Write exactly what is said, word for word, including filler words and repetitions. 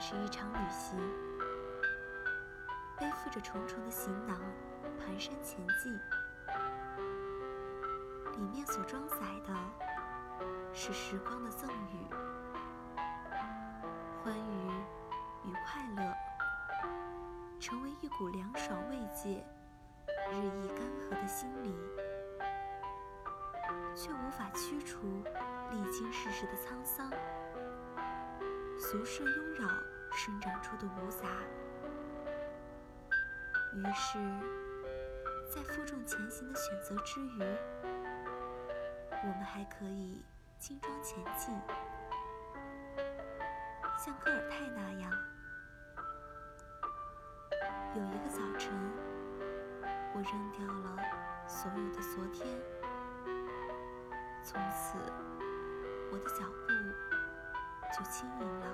是一场旅行，背负着重重的行囊，蹒跚前进。里面所装载的是时光的赠予，欢愉与快乐成为一股凉爽慰藉日益干涸的心灵，却无法驱除历经世事的沧桑，俗世庸扰生长出的无杂。于是在负重前行的选择之余，我们还可以轻装前进，像科尔泰那样。有一个早晨，我扔掉了所有的昨天，从此我的脚步就轻盈了。